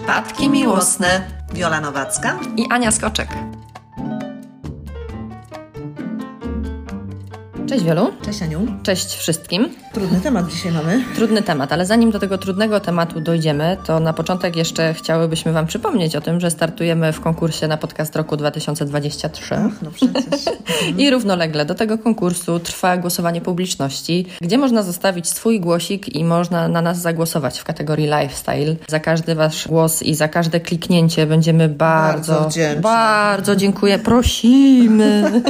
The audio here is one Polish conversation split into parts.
Przypadki miłosne. Wiola Nowacka i Ania Skoczek. Cześć Wiolu. Cześć Aniu. Cześć wszystkim. Trudny temat dzisiaj mamy. Trudny temat, ale zanim do tego trudnego tematu dojdziemy, to na początek jeszcze chciałybyśmy Wam przypomnieć o tym, że startujemy w konkursie na podcast roku 2023. Ach, no przecież. I równolegle do tego konkursu trwa głosowanie publiczności, gdzie można zostawić swój głosik i można na nas zagłosować w kategorii lifestyle. Za każdy Wasz głos i za każde kliknięcie będziemy bardzo wdzięczne. Bardzo dziękuję. Prosimy.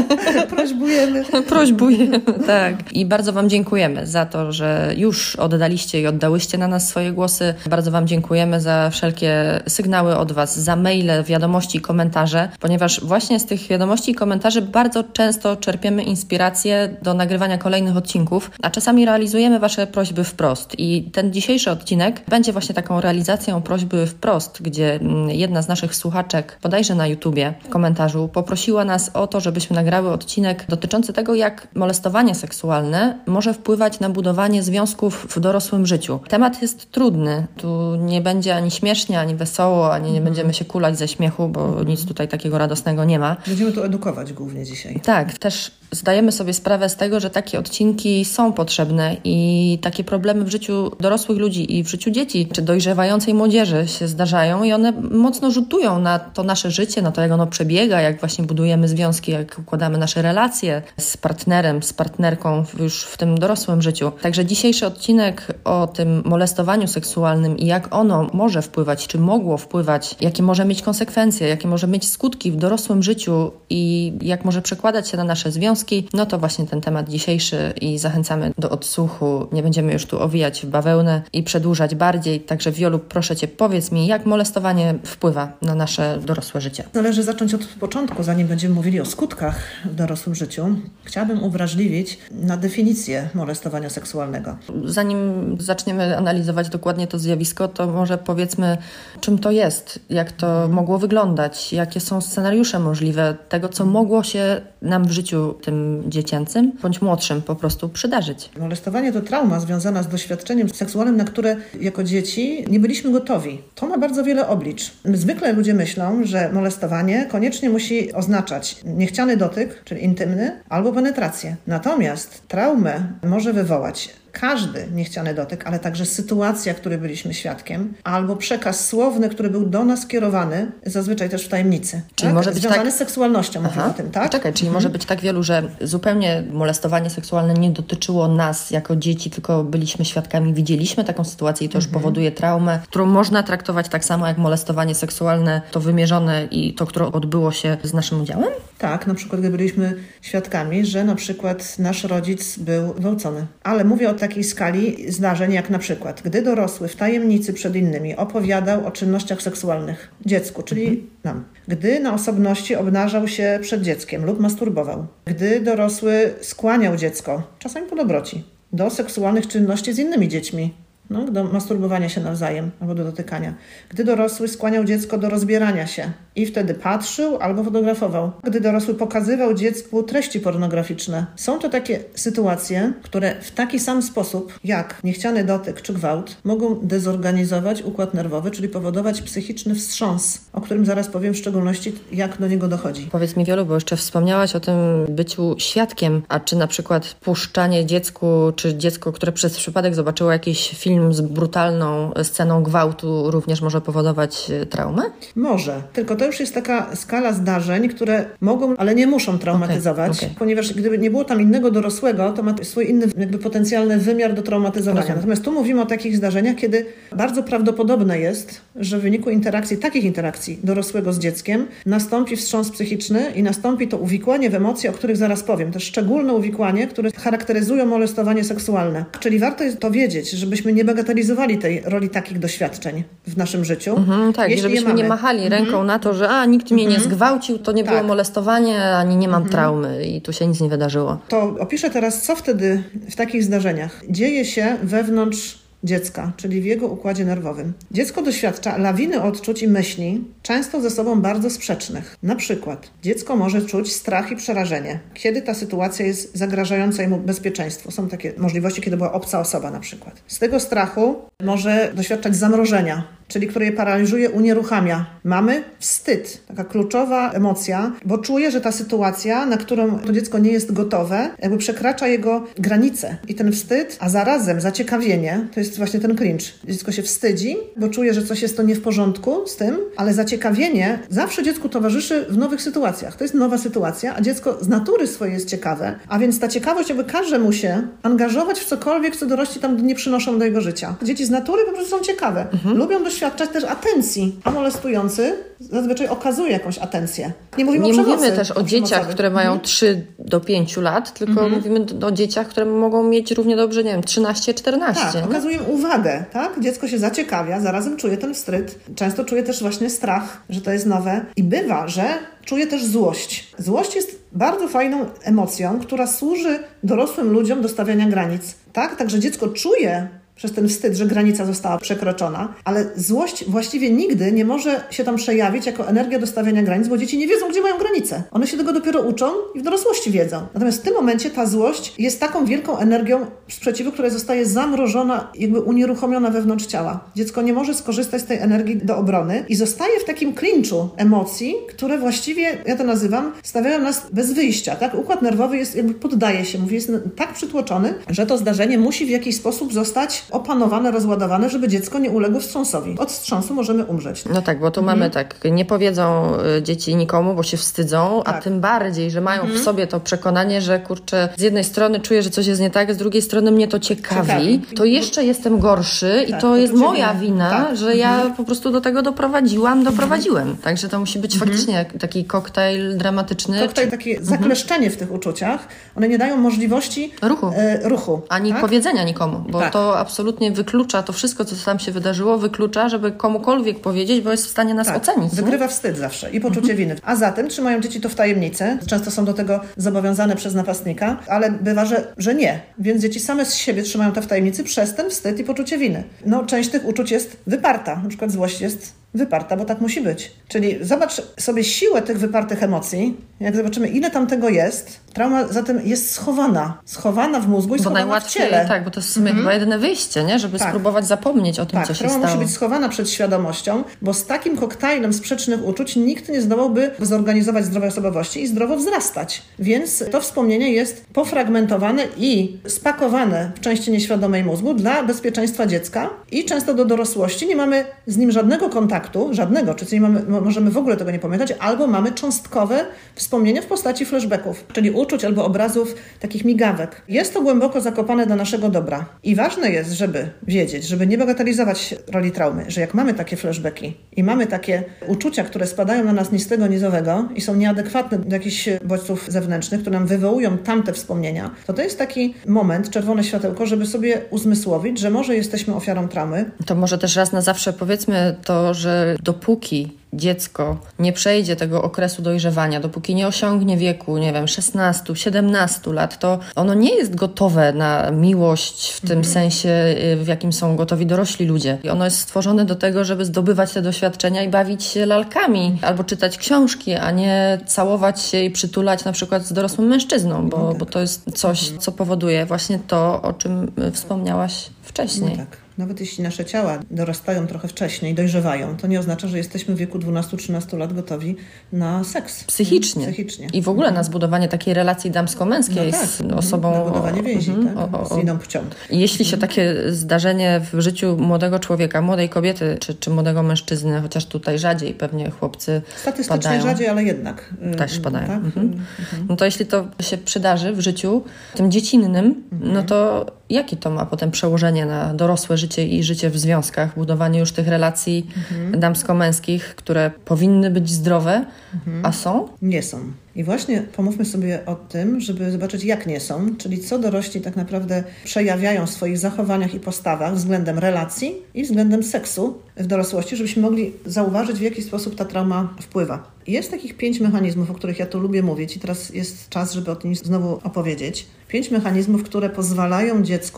Prośbujemy, tak. I bardzo Wam dziękujemy za to, że już oddaliście i oddałyście na nas swoje głosy. Bardzo Wam dziękujemy za wszelkie sygnały od Was, za maile, wiadomości, komentarze, ponieważ właśnie z tych wiadomości i komentarzy bardzo często czerpiemy inspirację do nagrywania kolejnych odcinków, a czasami realizujemy Wasze prośby wprost. I ten dzisiejszy odcinek będzie właśnie taką realizacją prośby wprost, gdzie jedna z naszych słuchaczek, bodajże na YouTubie, w komentarzu poprosiła nas o to, żebyśmy nagrały odcinek dotyczący tego, jak molestowanie seksualne może wpływać na budowanie związków w dorosłym życiu. Temat jest trudny. Tu nie będzie ani śmiesznie, ani wesoło, ani nie będziemy się kulać ze śmiechu, bo nic tutaj takiego radosnego nie ma. Będziemy tu edukować głównie dzisiaj. Tak, też zdajemy sobie sprawę z tego, że takie odcinki są potrzebne i takie problemy w życiu dorosłych ludzi i w życiu dzieci, czy dojrzewającej młodzieży się zdarzają i one mocno rzutują na to nasze życie, na to, jak ono przebiega, jak właśnie budujemy związki, jak układamy nasze relacje z partnerem, z partnerką już w tym dorosłym życiu. Także dzisiejszy odcinek o tym molestowaniu seksualnym i jak ono może wpływać, czy mogło wpływać, jakie może mieć konsekwencje, jakie może mieć skutki w dorosłym życiu i jak może przekładać się na nasze związki, no to właśnie ten temat dzisiejszy i zachęcamy do odsłuchu. Nie będziemy już tu owijać w bawełnę i przedłużać bardziej. Także Wiolu, proszę Cię, powiedz mi, jak molestowanie wpływa na nasze dorosłe życie? Należy zacząć od początku, zanim będziemy mówili o skutkach w dorosłym życiu. Chciałabym uwrażliwić na definicję molestowania seksualnego. Zanim zaczniemy analizować dokładnie to zjawisko, to może powiedzmy, czym to jest, jak to mogło wyglądać, jakie są scenariusze możliwe tego, co mogło się nam w życiu tym dziecięcym bądź młodszym po prostu przydarzyć. Molestowanie to trauma związana z doświadczeniem seksualnym, na które jako dzieci nie byliśmy gotowi. To ma bardzo wiele oblicz. Zwykle ludzie myślą, że molestowanie koniecznie musi oznaczać niechciany dotyk, czyli intymny, albo penetrację. Natomiast traumę może wywołać każdy niechciany dotyk, ale także sytuacja, której byliśmy świadkiem, albo przekaz słowny, który był do nas kierowany, zazwyczaj też w tajemnicy. Czyli tak? może być związany tak... z seksualnością, mówię o tym, tak? Czekaj, czyli może być tak Wielu, że zupełnie molestowanie seksualne nie dotyczyło nas jako dzieci, tylko byliśmy świadkami, widzieliśmy taką sytuację i to już powoduje traumę, którą można traktować tak samo jak molestowanie seksualne, to wymierzone i to, które odbyło się z naszym udziałem? Tak, na przykład gdy byliśmy świadkami, że na przykład nasz rodzic był gwałcony. Ale mówię o takiej skali zdarzeń, jak na przykład, gdy dorosły w tajemnicy przed innymi opowiadał o czynnościach seksualnych dziecku, czyli nam. Gdy na osobności obnażał się przed dzieckiem lub masturbował. Gdy dorosły skłaniał dziecko, czasami po dobroci, do seksualnych czynności z innymi dziećmi. Do masturbowania się nawzajem albo do dotykania. Gdy dorosły skłaniał dziecko do rozbierania się i wtedy patrzył albo fotografował. Gdy dorosły pokazywał dziecku treści pornograficzne. Są to takie sytuacje, które w taki sam sposób jak niechciany dotyk czy gwałt mogą dezorganizować układ nerwowy, czyli powodować psychiczny wstrząs, o którym zaraz powiem w szczególności, jak do niego dochodzi. Powiedz mi Wiolu, bo jeszcze wspomniałaś o tym byciu świadkiem, a czy na przykład puszczanie dziecku, czy dziecko, które przez przypadek zobaczyło jakiś film z brutalną sceną gwałtu również może powodować traumę? Może, tylko to już jest taka skala zdarzeń, które mogą, ale nie muszą traumatyzować, ponieważ gdyby nie było tam innego dorosłego, to ma swój inny jakby potencjalny wymiar do traumatyzowania. Natomiast tu mówimy o takich zdarzeniach, kiedy bardzo prawdopodobne jest, że w wyniku takich interakcji dorosłego z dzieckiem nastąpi wstrząs psychiczny i nastąpi to uwikłanie w emocje, o których zaraz powiem. To szczególne uwikłanie, które charakteryzują molestowanie seksualne. Czyli warto jest to wiedzieć, żebyśmy nie bagatelizowali tej roli takich doświadczeń w naszym życiu. Tak, żebyśmy nie machali ręką na to, że nikt mnie nie zgwałcił, to nie było molestowanie, ani nie mam traumy i tu się nic nie wydarzyło. To opiszę teraz, co wtedy w takich zdarzeniach dzieje się wewnątrz dziecka, czyli w jego układzie nerwowym. Dziecko doświadcza lawiny odczuć i myśli, często ze sobą bardzo sprzecznych. Na przykład dziecko może czuć strach i przerażenie, kiedy ta sytuacja jest zagrażająca mu bezpieczeństwu. Są takie możliwości, kiedy była obca osoba na przykład. Z tego strachu może doświadczać zamrożenia, czyli które je paraliżuje, unieruchamia. Mamy wstyd, taka kluczowa emocja, bo czuje, że ta sytuacja, na którą to dziecko nie jest gotowe, jakby przekracza jego granice. I ten wstyd, a zarazem zaciekawienie, to jest właśnie ten cringe. Dziecko się wstydzi, bo czuje, że coś jest to nie w porządku z tym, ale zaciekawienie zawsze dziecku towarzyszy w nowych sytuacjach. To jest nowa sytuacja, a dziecko z natury swojej jest ciekawe, a więc ta ciekawość jakby każe mu się angażować w cokolwiek, co dorośli tam nie przynoszą do jego życia. Dzieci z natury po prostu są ciekawe. Lubią doświadczać też atencji, a molestujący zazwyczaj okazuje jakąś atencję. Nie mówimy też o dzieciach, które mają 3 do 5 lat, tylko mówimy o dzieciach, które mogą mieć równie dobrze, nie wiem, 13-14. Tak, okazuje im uwagę, tak? Dziecko się zaciekawia, zarazem czuje ten wstyd. Często czuje też właśnie strach, że to jest nowe. I bywa, że czuje też złość. Złość jest bardzo fajną emocją, która służy dorosłym ludziom do stawiania granic. Tak? Także dziecko czuje przez ten wstyd, że granica została przekroczona, ale złość właściwie nigdy nie może się tam przejawić jako energia do stawiania granic, bo dzieci nie wiedzą, gdzie mają granice. One się tego dopiero uczą i w dorosłości wiedzą. Natomiast w tym momencie ta złość jest taką wielką energią sprzeciwu, która zostaje zamrożona, jakby unieruchomiona wewnątrz ciała. Dziecko nie może skorzystać z tej energii do obrony i zostaje w takim klinczu emocji, które właściwie, ja to nazywam, stawiają nas bez wyjścia. Tak? Układ nerwowy jest, jakby poddaje się, mówi, jest tak przytłoczony, że to zdarzenie musi w jakiś sposób zostać opanowane, rozładowane, żeby dziecko nie uległo wstrząsowi. Od wstrząsu możemy umrzeć. No tak, bo tu mamy tak, nie powiedzą dzieci nikomu, bo się wstydzą, a tym bardziej, że mają w sobie to przekonanie, że kurczę, z jednej strony czuję, że coś jest nie tak, z drugiej strony mnie to ciekawi. To jeszcze jestem gorszy i to jest moja wina, że ja po prostu do tego doprowadziłem. Także to musi być faktycznie taki koktajl dramatyczny. Koktajl, takie zakleszczenie w tych uczuciach. One nie dają możliwości ruchu. Ani powiedzenia nikomu, bo to absolutnie wyklucza, to wszystko, co tam się wydarzyło, wyklucza, żeby komukolwiek powiedzieć, bo jest w stanie nas ocenić. Wygrywa wstyd zawsze i poczucie winy. A zatem trzymają dzieci to w tajemnicy. Często są do tego zobowiązane przez napastnika, ale bywa, że nie. Więc dzieci same z siebie trzymają to w tajemnicy przez ten wstyd i poczucie winy. No, część tych uczuć jest wyparta. Na przykład złość jest wyparta, bo tak musi być. Czyli zobacz sobie siłę tych wypartych emocji. Jak zobaczymy, ile tam tego jest, trauma zatem jest schowana w mózgu i schowana w ciele. Tak, bo to jest chyba jedyne wyjście, nie? Żeby spróbować zapomnieć o tym, co się stało. Trauma musi być schowana przed świadomością, bo z takim koktajlem sprzecznych uczuć nikt nie zdołałby zorganizować zdrowej osobowości i zdrowo wzrastać. Więc to wspomnienie jest pofragmentowane i spakowane w części nieświadomej mózgu dla bezpieczeństwa dziecka i często do dorosłości nie mamy z nim żadnego kontaktu, czyli możemy w ogóle tego nie pamiętać, albo mamy cząstkowe wspomnienia w postaci flashbacków, czyli uczuć albo obrazów takich migawek. Jest to głęboko zakopane dla naszego dobra. I ważne jest, żeby wiedzieć, żeby nie bagatelizować roli traumy, że jak mamy takie flashbacki i mamy takie uczucia, które spadają na nas ni z tego, ni z owego i są nieadekwatne do jakichś bodźców zewnętrznych, które nam wywołują tamte wspomnienia, to jest taki moment, czerwone światełko, żeby sobie uzmysłowić, że może jesteśmy ofiarą traumy. To może też raz na zawsze powiedzmy to, że dopóki dziecko nie przejdzie tego okresu dojrzewania, dopóki nie osiągnie wieku, 16, 17 lat, to ono nie jest gotowe na miłość w tym sensie, w jakim są gotowi dorośli ludzie. I ono jest stworzone do tego, żeby zdobywać te doświadczenia i bawić się lalkami, albo czytać książki, a nie całować się i przytulać na przykład z dorosłym mężczyzną, bo to jest coś, co powoduje właśnie to, o czym wspomniałaś wcześniej. No tak. Nawet jeśli nasze ciała dorastają trochę wcześniej, dojrzewają, to nie oznacza, że jesteśmy w wieku 12-13 lat gotowi na seks. Psychicznie. I w ogóle na zbudowanie takiej relacji damsko-męskiej z osobą... Na budowanie więzi, z inną płcią. Jeśli się takie zdarzenie w życiu młodego człowieka, młodej kobiety, czy młodego mężczyzny, chociaż tutaj rzadziej pewnie chłopcy statystycznie padają. Rzadziej, ale jednak. Też padają. Tak? No to jeśli to się przydarzy w życiu tym dziecinnym, no to jakie to ma potem przełożenie na dorosłe życie i życie w związkach, budowanie już tych relacji damsko-męskich, które powinny być zdrowe, a są? Nie są. I właśnie pomówmy sobie o tym, żeby zobaczyć, jak nie są, czyli co dorośli tak naprawdę przejawiają w swoich zachowaniach i postawach względem relacji i względem seksu w dorosłości, żebyśmy mogli zauważyć, w jaki sposób ta trauma wpływa. Jest takich 5 mechanizmów, o których ja tu lubię mówić i teraz jest czas, żeby o tym znowu opowiedzieć. 5 mechanizmów, które pozwalają dziecku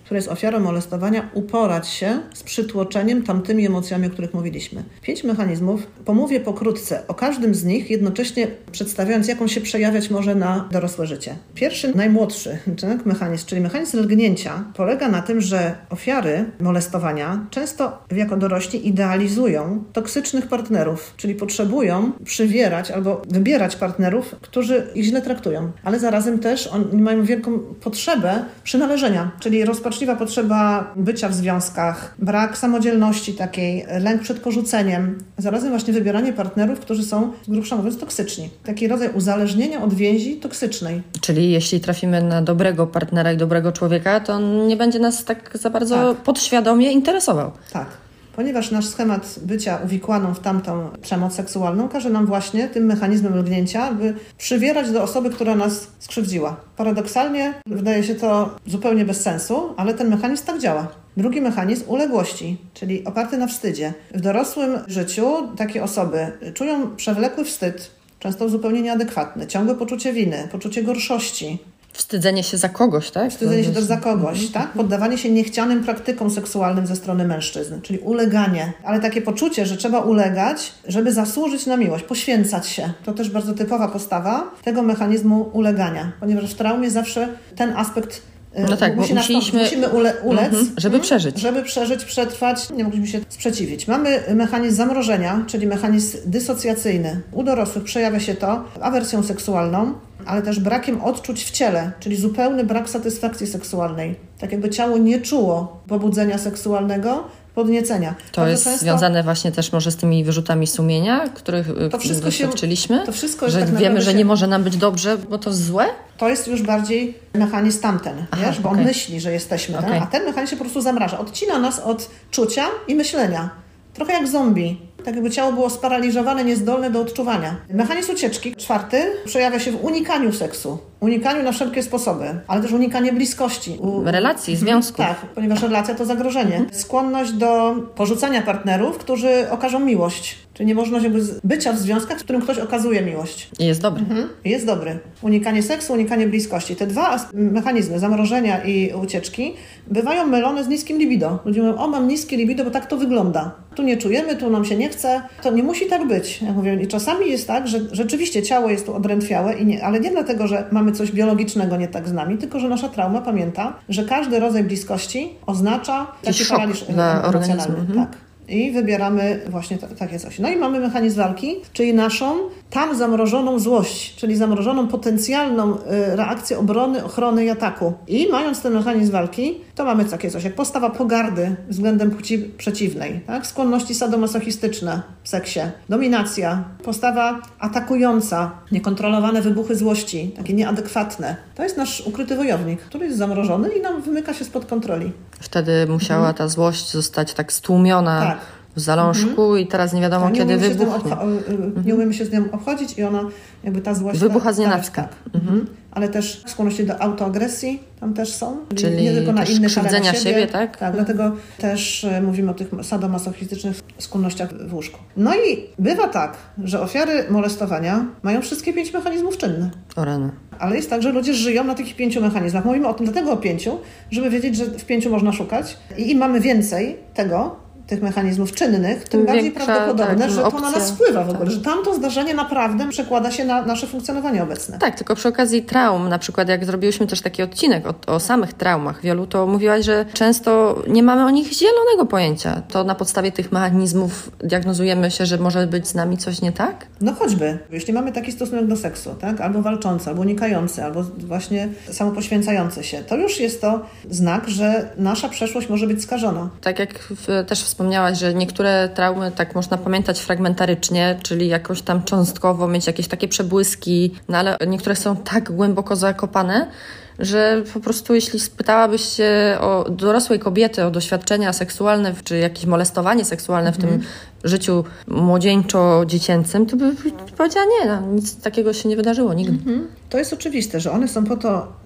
która jest ofiarą molestowania, uporać się z przytłoczeniem tamtymi emocjami, o których mówiliśmy. 5 mechanizmów. Pomówię pokrótce o każdym z nich, jednocześnie przedstawiając, jak on się przejawiać może na dorosłe życie. Pierwszy, najmłodszy mechanizm, czyli mechanizm lgnięcia, polega na tym, że ofiary molestowania często jako dorośli idealizują toksycznych partnerów, czyli potrzebują przywierać albo wybierać partnerów, którzy ich źle traktują, ale zarazem też oni mają wielką potrzebę przynależenia, czyli rozpaczliwa potrzeba bycia w związkach, brak samodzielności takiej, lęk przed porzuceniem, zarazem właśnie wybieranie partnerów, którzy są, z grubsza mówiąc, toksyczni. Taki rodzaj uzależnienia od więzi toksycznej. Czyli jeśli trafimy na dobrego partnera i dobrego człowieka, to on nie będzie nas tak za bardzo podświadomie interesował. Tak. Ponieważ nasz schemat bycia uwikłaną w tamtą przemoc seksualną każe nam właśnie tym mechanizmem lgnięcia, by przywierać do osoby, która nas skrzywdziła. Paradoksalnie wydaje się to zupełnie bez sensu, ale ten mechanizm tak działa. Drugi mechanizm uległości, czyli oparty na wstydzie. W dorosłym życiu takie osoby czują przewlekły wstyd, często zupełnie nieadekwatny, ciągłe poczucie winy, poczucie gorszości. Wstydzenie się za kogoś, tak? Wstydzenie się też za kogoś, tak? Poddawanie się niechcianym praktykom seksualnym ze strony mężczyzn, czyli uleganie. Ale takie poczucie, że trzeba ulegać, żeby zasłużyć na miłość, poświęcać się. To też bardzo typowa postawa tego mechanizmu ulegania, ponieważ w traumie zawsze ten aspekt musimy ulec, żeby przeżyć. Żeby przeżyć, przetrwać, nie mogliśmy się sprzeciwić. Mamy mechanizm zamrożenia, czyli mechanizm dysocjacyjny. U dorosłych przejawia się to awersją seksualną, ale też brakiem odczuć w ciele, czyli zupełny brak satysfakcji seksualnej. Tak jakby ciało nie czuło pobudzenia seksualnego, podniecenia. To jest związane właśnie też może z tymi wyrzutami sumienia, których doświadczyliśmy? To wszystko jest że tak wiemy, że nie może nam być dobrze, bo to złe? To jest już bardziej mechanizm tamten, wiesz, bo on myśli, że jesteśmy, a ten mechanizm się po prostu zamraża. Odcina nas od czucia i myślenia. Trochę jak zombie. Tak jakby ciało było sparaliżowane, niezdolne do odczuwania. Mechanizm ucieczki, 4, przejawia się w unikaniu seksu. Unikaniu na wszelkie sposoby, ale też unikanie bliskości. Relacji, związków. Tak, ponieważ relacja to zagrożenie. Skłonność do porzucania partnerów, którzy okażą miłość. Czyli niemożność bycia w związkach, w którym ktoś okazuje miłość. I jest dobry. Jest dobry. Unikanie seksu, unikanie bliskości. Te dwa mechanizmy, zamrożenia i ucieczki, bywają mylone z niskim libido. Ludzie mówią, mam niskie libido, bo tak to wygląda. Tu nie czujemy, tu nam się nie chce. To nie musi tak być. Jak mówię, i czasami jest tak, że rzeczywiście ciało jest tu odrętwiałe, ale nie dlatego, że mamy coś biologicznego nie tak z nami, tylko że nasza trauma pamięta, że każdy rodzaj bliskości oznacza taki paraliż emocjonalny. Tak. I wybieramy właśnie takie coś. No i mamy mechanizm walki, czyli naszą tam zamrożoną złość, czyli zamrożoną potencjalną reakcję obrony, ochrony i ataku. I mając ten mechanizm walki, to mamy takie coś jak postawa pogardy względem płci przeciwnej, tak? Skłonności sadomasochistyczne w seksie, dominacja, postawa atakująca, niekontrolowane wybuchy złości, takie nieadekwatne. To jest nasz ukryty wojownik, który jest zamrożony i nam wymyka się spod kontroli. Wtedy musiała ta złość zostać tak stłumiona w zalążku i teraz nie wiadomo kiedy wybuchnie. Nie umiemy się z nią obchodzić i ona jakby ta złość... Wybucha znienacka. Ale też skłonności do autoagresji tam też są. Czyli nie tylko na innych, ale krzywdzenia na siebie. tak? Tak, dlatego też mówimy o tych sadomasochistycznych skłonnościach w łóżku. No i bywa tak, że ofiary molestowania mają wszystkie 5 mechanizmów czynne. O rany. Ale jest tak, że ludzie żyją na tych 5 mechanizmach. Mówimy o tym dlatego o 5, żeby wiedzieć, że w 5 można szukać i im mamy więcej tych mechanizmów czynnych, tym bardziej prawdopodobne, że to na nas wpływa w ogóle, że tamto zdarzenie naprawdę przekłada się na nasze funkcjonowanie obecne. Tak, tylko przy okazji traum, na przykład jak zrobiłyśmy też taki odcinek o samych traumach wielu, to mówiłaś, że często nie mamy o nich zielonego pojęcia. To na podstawie tych mechanizmów diagnozujemy się, że może być z nami coś nie tak? No choćby. Jeśli mamy taki stosunek do seksu, tak? Albo walczący, albo unikający, albo właśnie samopoświęcający się, to już jest to znak, że nasza przeszłość może być skażona. Tak jak też wspomniałaś, że niektóre traumy tak można pamiętać fragmentarycznie, czyli jakoś tam cząstkowo mieć jakieś takie przebłyski, no ale niektóre są tak głęboko zakopane, że po prostu jeśli spytałabyś się o dorosłej kobiety, o doświadczenia seksualne, czy jakieś molestowanie seksualne w tym życiu młodzieńczo-dziecięcym, to by powiedziała nie, nic takiego się nie wydarzyło nigdy. To jest oczywiste, że one są po to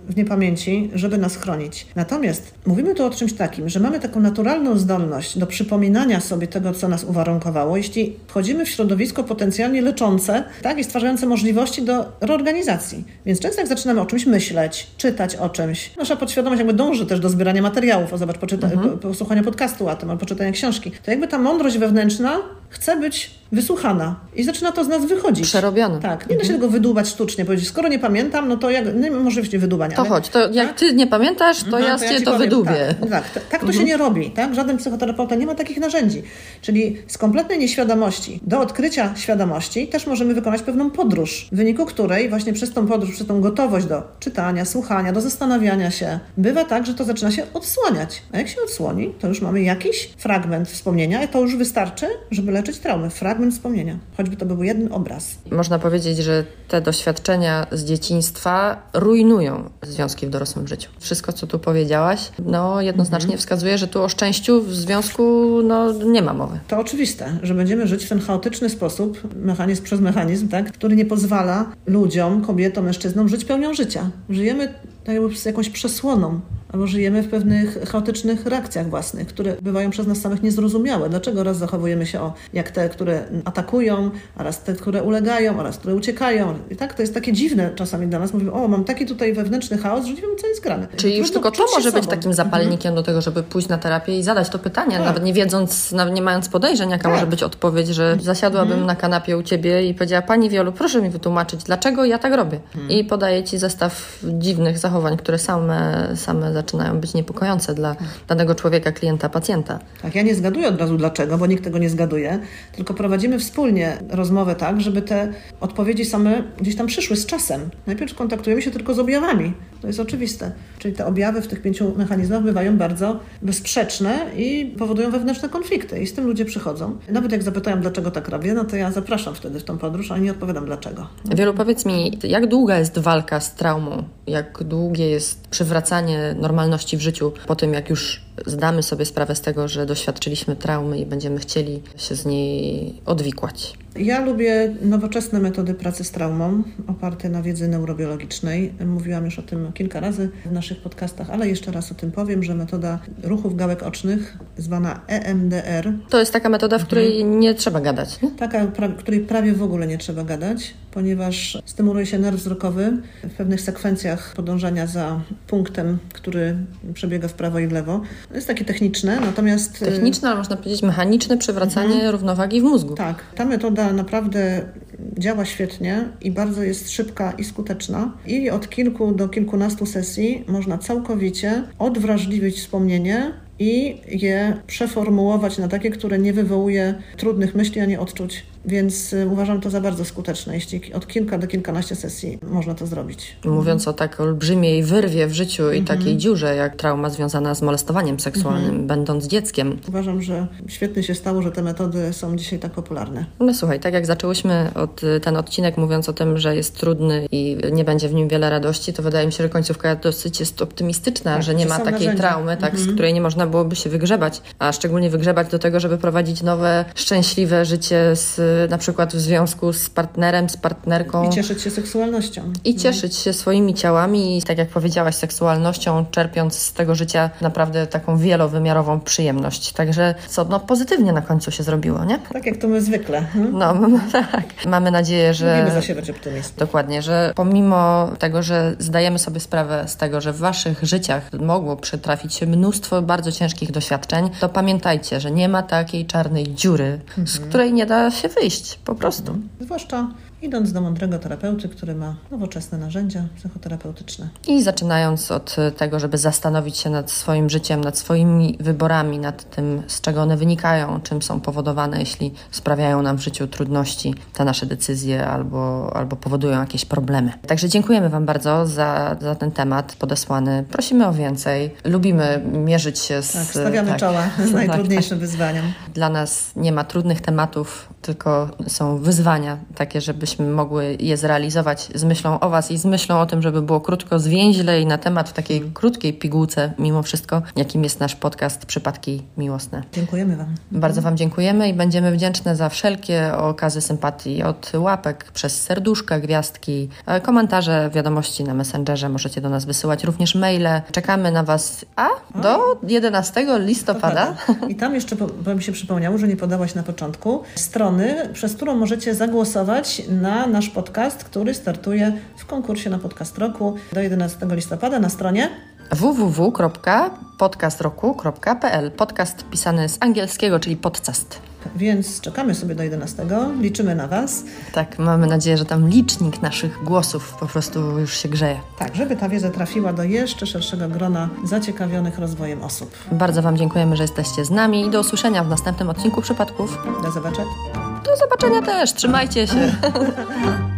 w niepamięci, żeby nas chronić. Natomiast mówimy tu o czymś takim, że mamy taką naturalną zdolność do przypominania sobie tego, co nas uwarunkowało, jeśli wchodzimy w środowisko potencjalnie leczące, tak, i stwarzające możliwości do reorganizacji. Więc często jak zaczynamy o czymś myśleć, czytać o czymś, nasza podświadomość jakby dąży też do zbierania materiałów, posłuchania podcastu o tym, albo poczytania książki, to jakby ta mądrość wewnętrzna chce być wysłuchana i zaczyna to z nas wychodzić. Przerobione. Tak, nie da się tego wydłubać sztucznie, powiedzieć, skoro nie pamiętam, no to nie ma możliwości wydłubania. To chodź, to jak ty nie pamiętasz, to ja cię to wydubię. Tak to się nie robi, tak? Żaden psychoterapeuta nie ma takich narzędzi. Czyli z kompletnej nieświadomości do odkrycia świadomości też możemy wykonać pewną podróż, w wyniku której właśnie przez tą podróż, przez tą gotowość do czytania, słuchania, do zastanawiania się, bywa tak, że to zaczyna się odsłaniać. A jak się odsłoni, to już mamy jakiś fragment wspomnienia i to już wystarczy, żeby leczyć traumy. Fragment wspomnienia. Choćby to był jeden obraz. Można powiedzieć, że te doświadczenia z dzieciństwa rujnują związki w dorosłym życiu. Wszystko, co tu powiedziałaś, jednoznacznie wskazuje, że tu o szczęściu w związku nie ma mowy. To oczywiste, że będziemy żyć w ten chaotyczny sposób, mechanizm przez mechanizm, tak, który nie pozwala ludziom, kobietom, mężczyznom żyć pełnią życia. Żyjemy tak jakby z jakąś przesłoną, albo żyjemy w pewnych chaotycznych reakcjach własnych, które bywają przez nas samych niezrozumiałe. Dlaczego raz zachowujemy się jak te, które atakują, a raz te, które ulegają, a raz, które uciekają. I tak to jest takie dziwne czasami dla nas. Mówimy, mam taki tutaj wewnętrzny chaos, że nie wiem, co jest grane. Czyli już tylko to może być takim zapalnikiem do tego, żeby pójść na terapię i zadać to pytanie, nawet nie wiedząc, nawet nie mając podejrzeń, jaka może być odpowiedź, że zasiadłabym na kanapie u ciebie i powiedziała, Pani Wiolu, proszę mi wytłumaczyć, dlaczego ja tak robię. I podaję Ci zestaw dziwnych zachowań, które same zaczynają być niepokojące dla danego człowieka, klienta, pacjenta. Tak, ja nie zgaduję od razu dlaczego, bo nikt tego nie zgaduje, tylko prowadzimy wspólnie rozmowę tak, żeby te odpowiedzi same gdzieś tam przyszły z czasem. Najpierw kontaktujemy się tylko z objawami. To jest oczywiste. Czyli te objawy w tych 5 mechanizmach bywają bardzo bezsprzeczne i powodują wewnętrzne konflikty. I z tym ludzie przychodzą. Nawet jak zapytają, dlaczego tak robię, to ja zapraszam wtedy w tą podróż, a nie odpowiadam dlaczego. Wielu, powiedz mi, jak długa jest walka z traumą? Jak długie jest przywracanie normalności w życiu po tym, jak już zdamy sobie sprawę z tego, że doświadczyliśmy traumy i będziemy chcieli się z niej odwikłać? Ja lubię nowoczesne metody pracy z traumą, oparte na wiedzy neurobiologicznej. Mówiłam już o tym kilka razy w naszych podcastach, ale jeszcze raz o tym powiem, że metoda ruchów gałek ocznych, zwana EMDR. To jest taka metoda, w której nie trzeba gadać, nie? Taka, w której prawie w ogóle nie trzeba gadać, ponieważ stymuluje się nerw wzrokowy w pewnych sekwencjach podążania za punktem, który przebiega w prawo i w lewo. To jest takie techniczne, natomiast... Techniczne, ale można powiedzieć mechaniczne przywracanie równowagi w mózgu. Tak, ta metoda naprawdę działa świetnie i bardzo jest szybka i skuteczna. I od kilku do kilkunastu sesji można całkowicie odwrażliwić wspomnienie i je przeformułować na takie, które nie wywołuje trudnych myśli ani odczuć. Więc uważam to za bardzo skuteczne, jeśli od kilka do kilkanaście sesji można to zrobić. Mówiąc o tak olbrzymiej wyrwie w życiu i takiej dziurze, jak trauma związana z molestowaniem seksualnym, będąc dzieckiem. Uważam, że świetnie się stało, że te metody są dzisiaj tak popularne. No słuchaj, tak jak zaczęłyśmy ten odcinek mówiąc o tym, że jest trudny i nie będzie w nim wiele radości, to wydaje mi się, że końcówka dosyć jest optymistyczna, że nie ma takiej traumy, z której nie można byłoby się wygrzebać, a szczególnie wygrzebać do tego, żeby prowadzić nowe, szczęśliwe życie na przykład w związku z partnerem, z partnerką. I cieszyć się seksualnością. I cieszyć się swoimi ciałami i tak jak powiedziałaś, seksualnością, czerpiąc z tego życia naprawdę taką wielowymiarową przyjemność. Także pozytywnie na końcu się zrobiło, nie? Tak jak to my zwykle. Tak. Mamy nadzieję, że... Lubimy zasiewać optymizm. Dokładnie, że pomimo tego, że zdajemy sobie sprawę z tego, że w waszych życiach mogło przytrafić się mnóstwo bardzo ciężkich doświadczeń, to pamiętajcie, że nie ma takiej czarnej dziury, z której nie da się wyjść. Po prostu. Zwłaszcza idąc do mądrego terapeuty, który ma nowoczesne narzędzia psychoterapeutyczne. I zaczynając od tego, żeby zastanowić się nad swoim życiem, nad swoimi wyborami, nad tym, z czego one wynikają, czym są powodowane, jeśli sprawiają nam w życiu trudności te nasze decyzje albo powodują jakieś problemy. Także dziękujemy Wam bardzo za ten temat podesłany. Prosimy o więcej. Lubimy mierzyć się stawiamy czoła z najtrudniejszym wyzwaniem. Dla nas nie ma trudnych tematów, tylko są wyzwania takie, żebyśmy żebyśmy mogły je zrealizować z myślą o Was i z myślą o tym, żeby było krótko, zwięźle i na temat w takiej krótkiej pigułce, mimo wszystko, jakim jest nasz podcast Przypadki Miłosne. Dziękujemy Wam. Bardzo Wam dziękujemy i będziemy wdzięczne za wszelkie okazy sympatii, od łapek, przez serduszka, gwiazdki, komentarze, wiadomości na Messengerze. Możecie do nas wysyłać również maile. Czekamy na Was do 11 listopada. I tam jeszcze, bo mi się przypomniało, że nie podałaś na początku, strony, przez którą możecie zagłosować na nasz podcast, który startuje w konkursie na Podcast Roku do 11 listopada na stronie www.podcastroku.pl. Podcast pisany z angielskiego, czyli podcast. Więc czekamy sobie do 11, liczymy na Was. Tak, mamy nadzieję, że tam licznik naszych głosów po prostu już się grzeje. Tak, żeby ta wiedza trafiła do jeszcze szerszego grona zaciekawionych rozwojem osób. Bardzo Wam dziękujemy, że jesteście z nami i do usłyszenia w następnym odcinku Przypadków. Do zobaczenia. Do zobaczenia też, trzymajcie się.